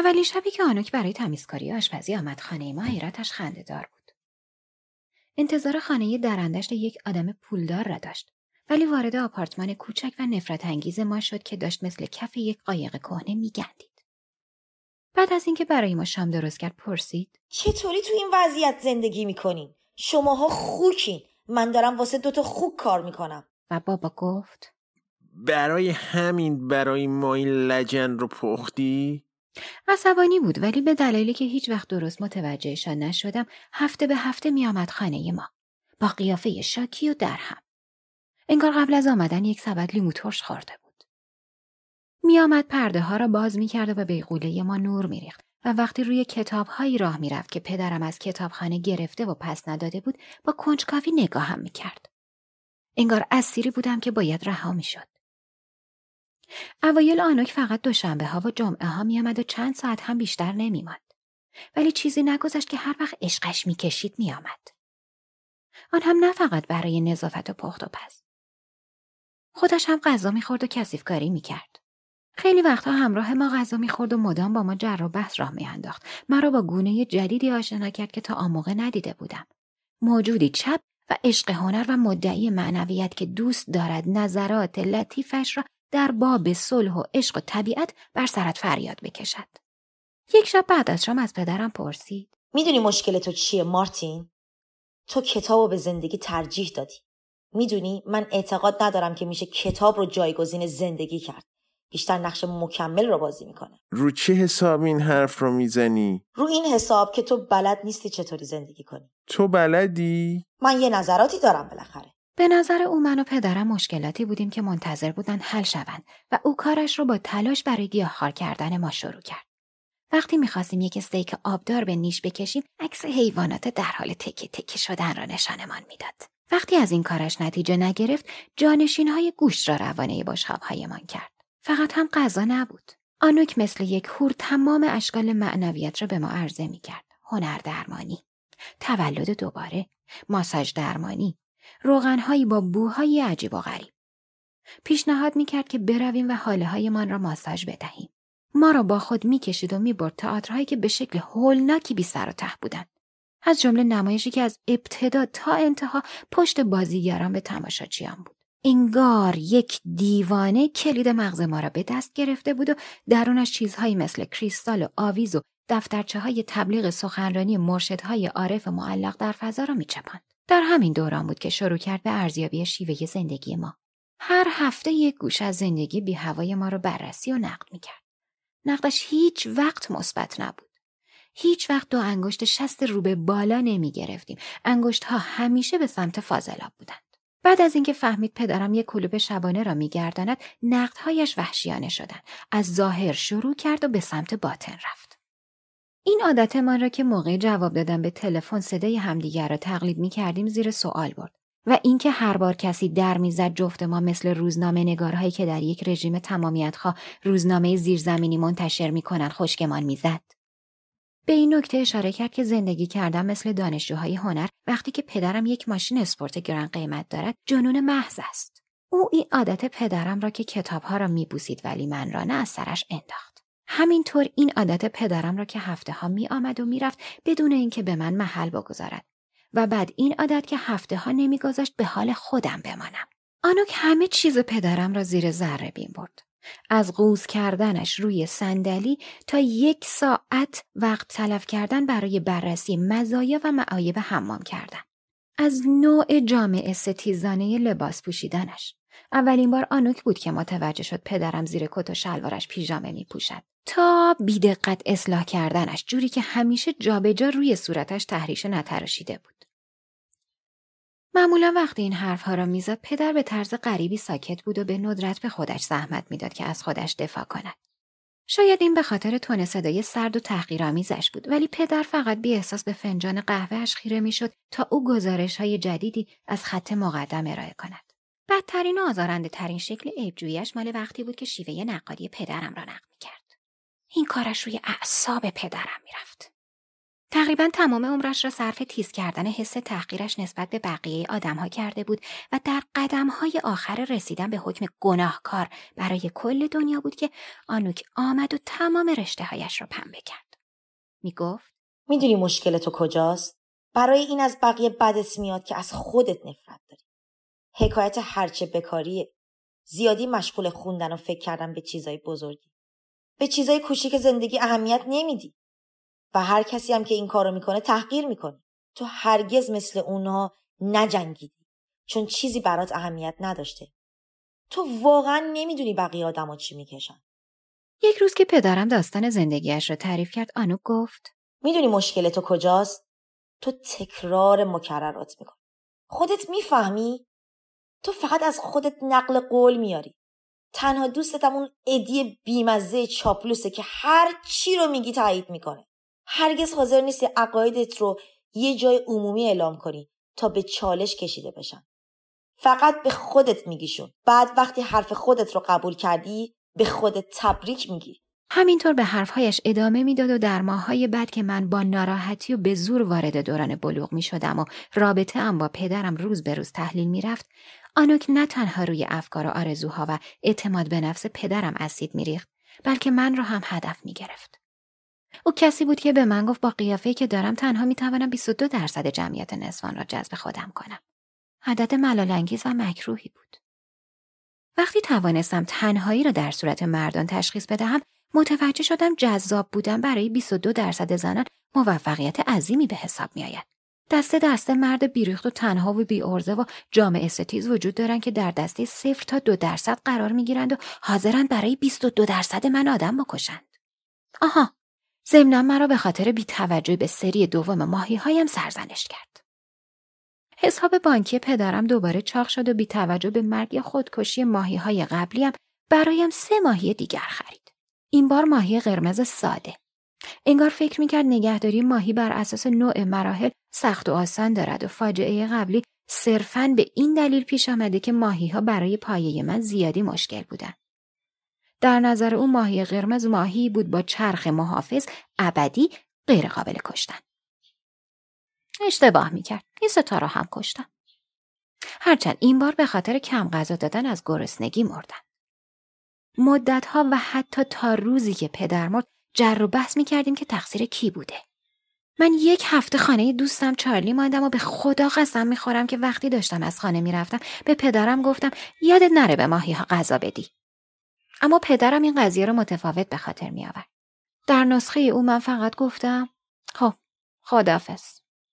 اولین شبی که آنوک برای تمیزکاری آشپزی آمد خانه ما حیرتش خنده‌دار بود. انتظار خانه درندشت یک آدم پولدار را داشت، ولی وارد آپارتمان کوچک و نفرت انگیز ما شد که داشت مثل کف یک قایق کهنه می‌گندید. بعد از اینکه برای ما شام درست کرد پرسید: چطوری تو این وضعیت زندگی میکنین؟ شماها خوکین. من دارم واسه 2 خوک کار میکنم. و بابا گفت: برای همین برای ما این لجن رو پختی؟ عصبانی بود، ولی به دلیلی که هیچ وقت درست متوجهشان نشدم هفته به هفته می آمد خانه ما با قیافه شاکی و درهم. انگار قبل از آمدن یک سبد لیمو ترش خورده بود. می آمد پرده ها را باز می کرد و به بیغوله ما نور می ریخت و وقتی روی کتاب هایی راه می رفت که پدرم از کتابخانه گرفته و پس نداده بود با کنجکاوی نگاهم می کرد. انگار اسیری بودم که باید رها می شد. اوایل آنوک فقط دوشنبه ها و جمعه ها می آمد و چند ساعت هم بیشتر نمی ماند. ولی چیزی نگذشت که هر وقت عشقش می کشید می آمد. آن هم نه فقط برای نظافت و پخت و پز. خودش هم غذا می خورد و کثیف کاری می کرد. خیلی وقتها همراه ما غذا می خورد و مدام با ما جر و بحث راه می انداخت. مرا با گونه جدیدی آشنا کرد که تا آن موقع ندیده بودم. موجودی چپ و عشق هنر و مدعی معنویت که دوست دارد نظرات لطیفش را در باب صلح و عشق و طبیعت بر سرت فریاد بکشد. یک شب بعد از شام از پدرم پرسید: میدونی مشکل تو چیه مارتین؟ تو کتابو به زندگی ترجیح دادی. میدونی من اعتقاد ندارم که میشه کتاب رو جایگزین زندگی کرد. بیشتر نقش مکمل رو بازی میکنه. رو چه حساب این حرف رو میزنی؟ رو این حساب که تو بلد نیستی چطوری زندگی کنی. تو بلدی؟ من یه نظراتی دارم بالاخره. به نظر او من و پدرم مشکلاتی بودیم که منتظر بودن حل شوند و او کارش رو با تلاش برای گیاهخوار کردن ما شروع کرد. وقتی می‌خواستیم یک استیک آبدار به نیش بکشیم، عکس حیوانات در حال تکه تکه شدن را نشانمان میداد. وقتی از این کارش نتیجه نگرفت، جانشین‌های گوشت را روانه بشقاب‌هایمان کرد. فقط هم غذا نبود. آنوک مثل یک هور تمام اشکال معنویت را به ما عرضه می‌کرد. هنر درمانی، تولد دوباره، ماساژ درمانی، روغن‌هایی با بوهای عجیب و غریب. پیشنهاد می‌کرد که برویم و حاله‌هایمان را ماساژ بدهیم. ما را با خود می‌کشید و می‌برد تئاترهایی که به شکل هولناکی بی سر و ته بودند. از جمله نمایشی که از ابتدا تا انتها پشت بازیگران به تماشاچیان بود. انگار یک دیوانه کلید مغز ما را به دست گرفته بود و درونش چیزهایی مثل کریستال و آویز و دفترچه‌های تبلیغ سخنرانی مرشدهای عارف معلق در فضا را می‌چپاند. در همین دوران بود که شروع کرد به ارزیابی شیوه زندگی ما. هر هفته یک گوش از زندگی بی هوای ما را بررسی و نقد می‌کرد. نقدش هیچ وقت مثبت نبود. هیچ وقت 2 انگشت شست رو به بالا نمی گرفتیم. انگشت‌ها همیشه به سمت فاضلاب بودند. بعد از اینکه فهمید پدرم یک کلوب شبانه را می‌گرداند، نقدهایش وحشیانه شدند. از ظاهر شروع کرد و به سمت باطن رفت. این عادت ما را که موقع جواب دادن به تلفن صدای همدیگر را تقلید می‌کردیم زیر سوال برد. و اینکه هر بار کسی در میزد جفت ما مثل روزنامه نگارهایی که در یک رژیم تمامیت‌خواه روزنامه زیرزمینی منتشر می‌کنند خشکمان میزد. به این نکته اشاره کرد که زندگی کردن مثل دانشجوهای هنر وقتی که پدرم یک ماشین اسپورت گران قیمت دارد جنون محض است. او این عادت پدرم را که کتابها را می‌بوسید ولی من را نه از سرش انداخت. همینطور این عادت پدرم را که هفته‌ها می‌آمد و می‌رفت بدون اینکه به من محل بگذارد. و بعد این عادت که هفته‌ها نمی‌گذاشت به حال خودم بمانم. آنوک همه چیز پدرم را زیر ذره بین برد. از قوز کردنش روی صندلی تا 1 ساعت وقت تلف کردن برای بررسی مزایا و معایب حمام کردن. از نوع جامعه ستیزانه لباس پوشیدنش. اولین بار آنوک بود که متوجه شد پدرم زیر کت و شلوارش پیژامه می‌پوشد. تا بی‌دقت اصلاح کردنش، جوری که همیشه جابجا روی صورتش تحریش نتراشیده بود. معمولا وقتی این حرفها را میزد پدر به طرز غریبی ساکت بود و به ندرت به خودش زحمت میداد که از خودش دفاع کند. شاید این به خاطر تون صدای سرد و تحقیرآمیزش بود، ولی پدر فقط بی احساس به فنجان قهوه‌اش خیره میشد تا او گزارش‌های جدیدی از خط مقدم ارائه کند. بدترین و آزارنده ترین شکل عیب‌جویی‌اش مال وقتی بود که شیوه نقادی پدرم را نقد می‌کرد. این کارش روی اعصاب پدرم میرفت. تقریباً تمام عمرش را صرف تیز کردن حس تحقیرش نسبت به بقیه آدم‌ها کرده بود و در قدم‌های آخر رسیدن به حکم گناهکار برای کل دنیا بود که آنوک آمد و تمام رشته‌هایش را پنبه کرد. میگفت: میدونی مشکل تو کجاست؟ برای این از بقیه بدت میاد که از خودت نفرت داری. حکایت هرچه بکاریه. زیادی مشغول خوندن و فکر کردن به چیزای بزرگی. به چیزای کوچیک زندگی اهمیت نمیدی. و هر کسی هم که این کارو میکنه تحقیر میکنه. تو هرگز مثل اونها نجنگیدی. چون چیزی برات اهمیت نداشته. تو واقعا نمیدونی بقیه آدما چی میکشن. یک روز که پدرم داستان زندگیش را تعریف کرد، آنوک گفت: میدونی مشکل تو کجاست؟ تو تکرار مکررات میکنی. خودت میفهمی؟ تو فقط از خودت نقل قول میاری. تنها دوستتم اون ادی بیمزه چاپلوسه که هر چی رو میگی تایید میکنه. هرگز حاضر نیستی عقایدت رو یه جای عمومی اعلام کنی تا به چالش کشیده بشن. فقط به خودت میگیشون. بعد وقتی حرف خودت رو قبول کردی به خودت تبریک میگی. همینطور به حرفهایش ادامه میداد و در ماه‌های بعد که من با ناراحتی و به زور وارد دوران بلوغ میشدم و رابطه ام با پدرم روز به روز تحلیل میرفت، آنوک نه تنها روی افکار و آرزوها و اعتماد به نفس پدرم اسید میریخت، بلکه من را هم هدف میگرفت. او کسی بود که به من گفت با قیافه‌ای که دارم تنها میتوانم 22% جمعیت نسوان را جذب خودم کنم. عدد ملال‌انگیز و مکروهی بود. وقتی توانستم تنهایی را در صورت مردان تشخیص بدهم، متوجه شدم جذاب بودن برای 22% زنان موفقیت عظیمی به حساب می آید. دسته مرد بیریخت و تنها و بی‌عرضه و جامعه ستیز وجود دارند که در دسته 0 تا 2% قرار می گیرند و حاضرند برای 22% من آدم بکشند. آها، ضمناً مرا به خاطر بی‌توجهی به سری دوم ماهی‌هایم سرزنش کرد. حساب بانکی پدرم دوباره چاق شد و بی توجه به مرگ خودکشی ماهی‌های قبلیم برایم 3 ماهی دیگر خرید. این بار ماهی قرمز ساده. انگار فکر می‌کرد نگهداری ماهی بر اساس نوع مراحل سخت و آسان دارد و فاجعه قبلی صرفاً به این دلیل پیش آمده که ماهی‌ها برای پایه من زیادی مشکل بودند. در نظر او ماهی قرمز ماهی بود با چرخ محافظ ابدی غیر قابل کشتن. اشتباه میکرد. این 3 تا را هم کشتم. هرچند این بار به خاطر کم غذا دادن از گرسنگی مردن. مدتها و حتی تا روزی که پدر مرد جر و بحث میکردیم که تقصیر کی بوده. من 1 هفته خانه دوستم چارلی ماندم و به خدا قسم میخورم که وقتی داشتم از خانه میرفتم به پدرم گفتم یادت نره به ماهی‌ها غذا بدی. اما پدرم این قضیه رو متفاوت به خاطر میآورد. در نسخه او من فقط گفتم خب خداحافظ.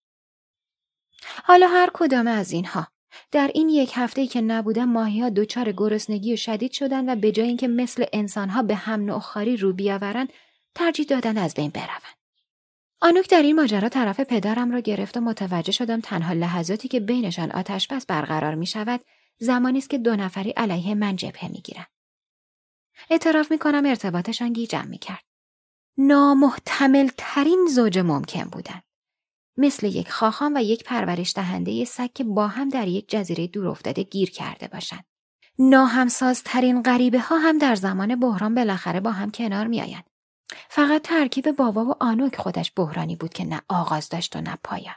حالا هر کدام از اینها در این 1 هفته‌ای که نبودم ماهی‌ها دچار گرسنگی شدید شدند و به جای اینکه مثل انسان‌ها به هم نوع‌خواری رو بیاورند ترجیح دادن از بین بروند. آنوک در این ماجرا طرف پدرم را گرفت و متوجه شدم تنها لحظاتی که بینشان آتش‌بس برقرار می‌شود زمانی است که 2 نفری علیه من جبهه می‌گیرند. اعتراف می‌کنم ارتباطشان گیجم می‌کرد. نامحتمل‌ترین زوج ممکن بودند. مثل 1 خاخام و 1 پرورش دهنده سگ که با هم در یک جزیره دورافتاده گیر کرده باشند. ناهمسازترین غریبه ها هم در زمان بحران بالاخره با هم کنار می آیند. فقط ترکیب بابا و آنوک خودش بحرانی بود که نه آغاز داشت و نه پایان.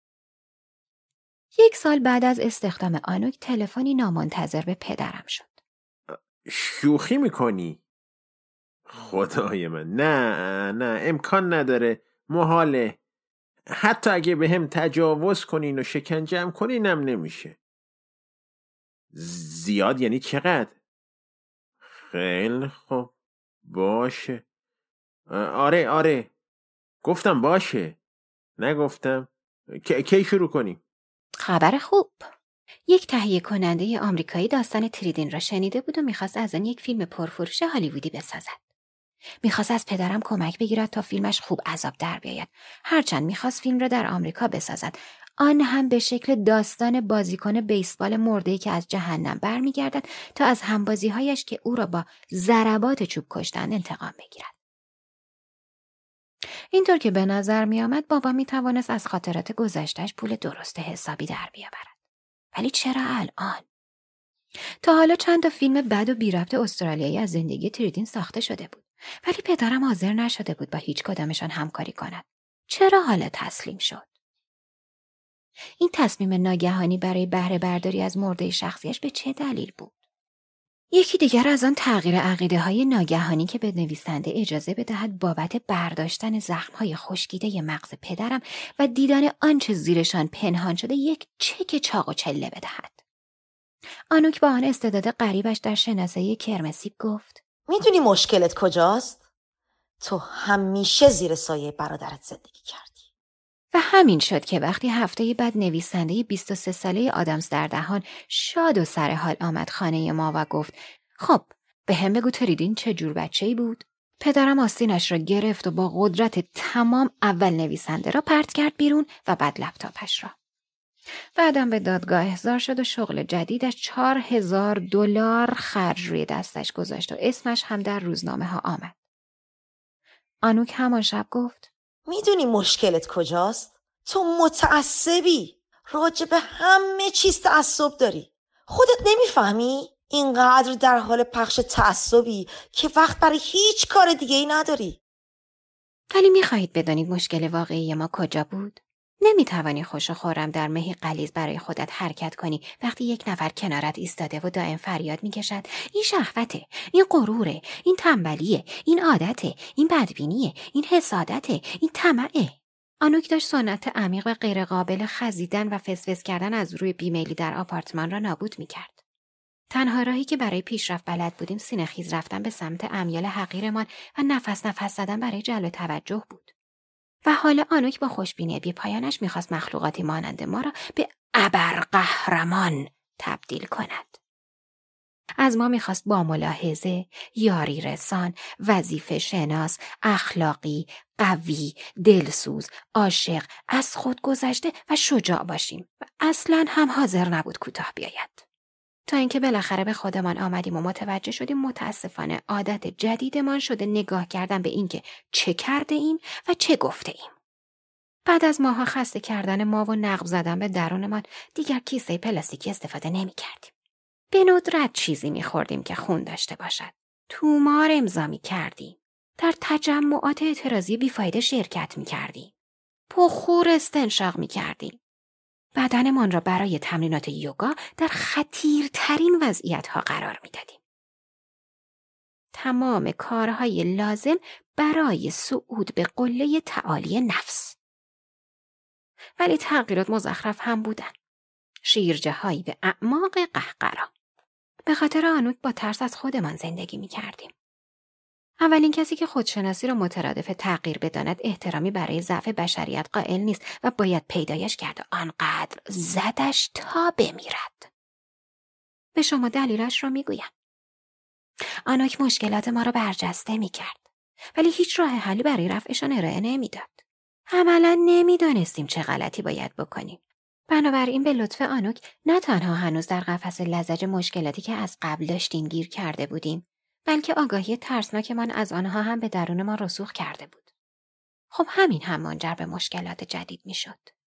1 سال بعد از استخدام آنوک تلفنی نامنتظر به پدرم شد. شوخی میکنی؟ خدای من نه امکان نداره، محاله. حتی اگه به هم تجاوز کنین و شکنجه کنینم نمیشه. زیاد یعنی چقدر؟ خیلی خوب باشه. آره گفتم باشه، نگفتم. کی شروع کنیم؟ خبر خوب. 1 تهیه کننده آمریکایی داستان تریدین را شنیده بود و میخواست از آن 1 فیلم پرفروش هالیوودی بسازد. میخواست از پدرم کمک بگیرد تا فیلمش خوب عذاب در بیاید. هرچند میخواست فیلم را در آمریکا بسازد، آن هم به شکل داستان بازیکن بیسبال مرده‌ای که از جهنم برمیگردد تا از همبازی‌هایش که او را با ضربات چوب کشتند انتقام بگیرد. اینطور که به نظر میآمد بابا میتوانست از خاطرات گذشته‌اش پول درست حسابی در بیاورد. ولی چرا الان؟ تا حالا چند تا فیلم بد و بی ربط استرالیایی از زندگی تریدین ساخته شده بود. ولی پدرم حاضر نشده بود با هیچ کدامشان همکاری کند. چرا حالا تسلیم شد؟ این تصمیم ناگهانی برای بهره برداری از مرده شخصیش به چه دلیل بود؟ یکی دیگر از آن تغییر عقیده های ناگهانی که به نویسنده اجازه بدهد بابت برداشتن زخم های خشکیده مغز پدرم و دیدن آنچه زیرشان پنهان شده یک چک چاق و چله بدهد. آنوک با آن استعداد غریبش در شناسایی کرمسی گفت: میدونی مشکلت کجاست؟ تو همیشه زیر سایه برادرت زندگی کردی. و همین شد که وقتی هفته بعد نویسنده 23 ساله آدامز در دهان شاد و سر حال آمد خانه ما و گفت: خب به هم بگو تریدین چه جور بچه‌ای بود؟ پدرم آستینش را گرفت و با قدرت تمام اول نویسنده را پرت کرد بیرون و بعد لپتاپش را. بعدم به دادگاه احضار شد و شغل جدیدش $4,000 خرج روی دستش گذاشت و اسمش هم در روزنامه ها آمد. آنوک همان شب گفت: میدونی مشکلت کجاست؟ تو متعصبی. راجع به همه چیز تعصب داری. خودت نمیفهمی؟ اینقدر در حال پخش تعصبی که وقت برای هیچ کار دیگه ای نداری. ولی میخواهید بدانید مشکل واقعی ما کجا بود؟ نمیتوانی خوش و خورم در مهی غلیظ برای خودت حرکت کنی وقتی یک نفر کنارت ایستاده و دائم فریاد میکشد: این شهوته، این غروره، این تنبلیه، این عادته، این بدبینیه، این حسادته، این طمعه. آنوک داشت سنت عمیق و غیرقابل خزیدن و فسفس کردن از روی بیمیلی در آپارتمان را نابود میکرد. تنها راهی که برای پیشرفت بلد بودیم سینه‌خیز رفتن به سمت امیال حقیرمان و نفس زدن برای جلب توجه بود. و حالا آنوک با خوشبینی بی پایانش میخواست مخلوقاتی مانند ما را به ابرقهرمان تبدیل کند. از ما میخواست با ملاحظه، یاری رسان، وظیفه شناس، اخلاقی، قوی، دلسوز، عاشق، از خود گذشته و شجاع باشیم و اصلاً هم حاضر نبود کوتاه بیاید. تا اینکه بالاخره به خودمان آمدیم و متوجه شدیم متاسفانه عادت جدیدمان شده نگاه کردن به اینکه چه کرده ایم و چه گفته ایم. بعد از ماها خسته کردن ما و نقب زدن به درونمان دیگر کیسه پلاستیکی استفاده نمی کردیم. به ندرت چیزی می خوردیم که خون داشته باشد. تومار امضا می کردیم. در تجمعات اعتراضی بیفایده شرکت می کردیم. بخور استنشاق می کردیم. بدنمان را برای تمرینات یوگا در خطیرترین وضعیت‌ها قرار می‌دادیم. تمام کارهای لازم برای صعود به قله تعالی نفس. ولی تغییرات مزخرف هم بودن. شیرجه‌هایی به اعماق قهقرا. به خاطر آنوک با ترس از خودمان زندگی می‌کردیم. اولین کسی که خودشناسی را مترادف تغییر بداند احترامی برای ضعف بشریت قائل نیست و باید پیدایش کرد و آنقدر زدش تا بمیرد. به شما دلیلش را میگویم. آنوک مشکلات ما را برجسته میکرد ولی هیچ راه حلی برای رفعشان ارائه نمیداد. عملاً نمیدانستیم چه غلطی باید بکنیم. بنابراین به لطف آنوک نه تنها هنوز در قفس لزج مشکلاتی که از قبل داشتیم گیر کرده بودیم بلکه آگاهی ترسناکمان از آنها هم به درون ما رسوخ کرده بود. خب همین هم منجر به مشکلات جدید می شد.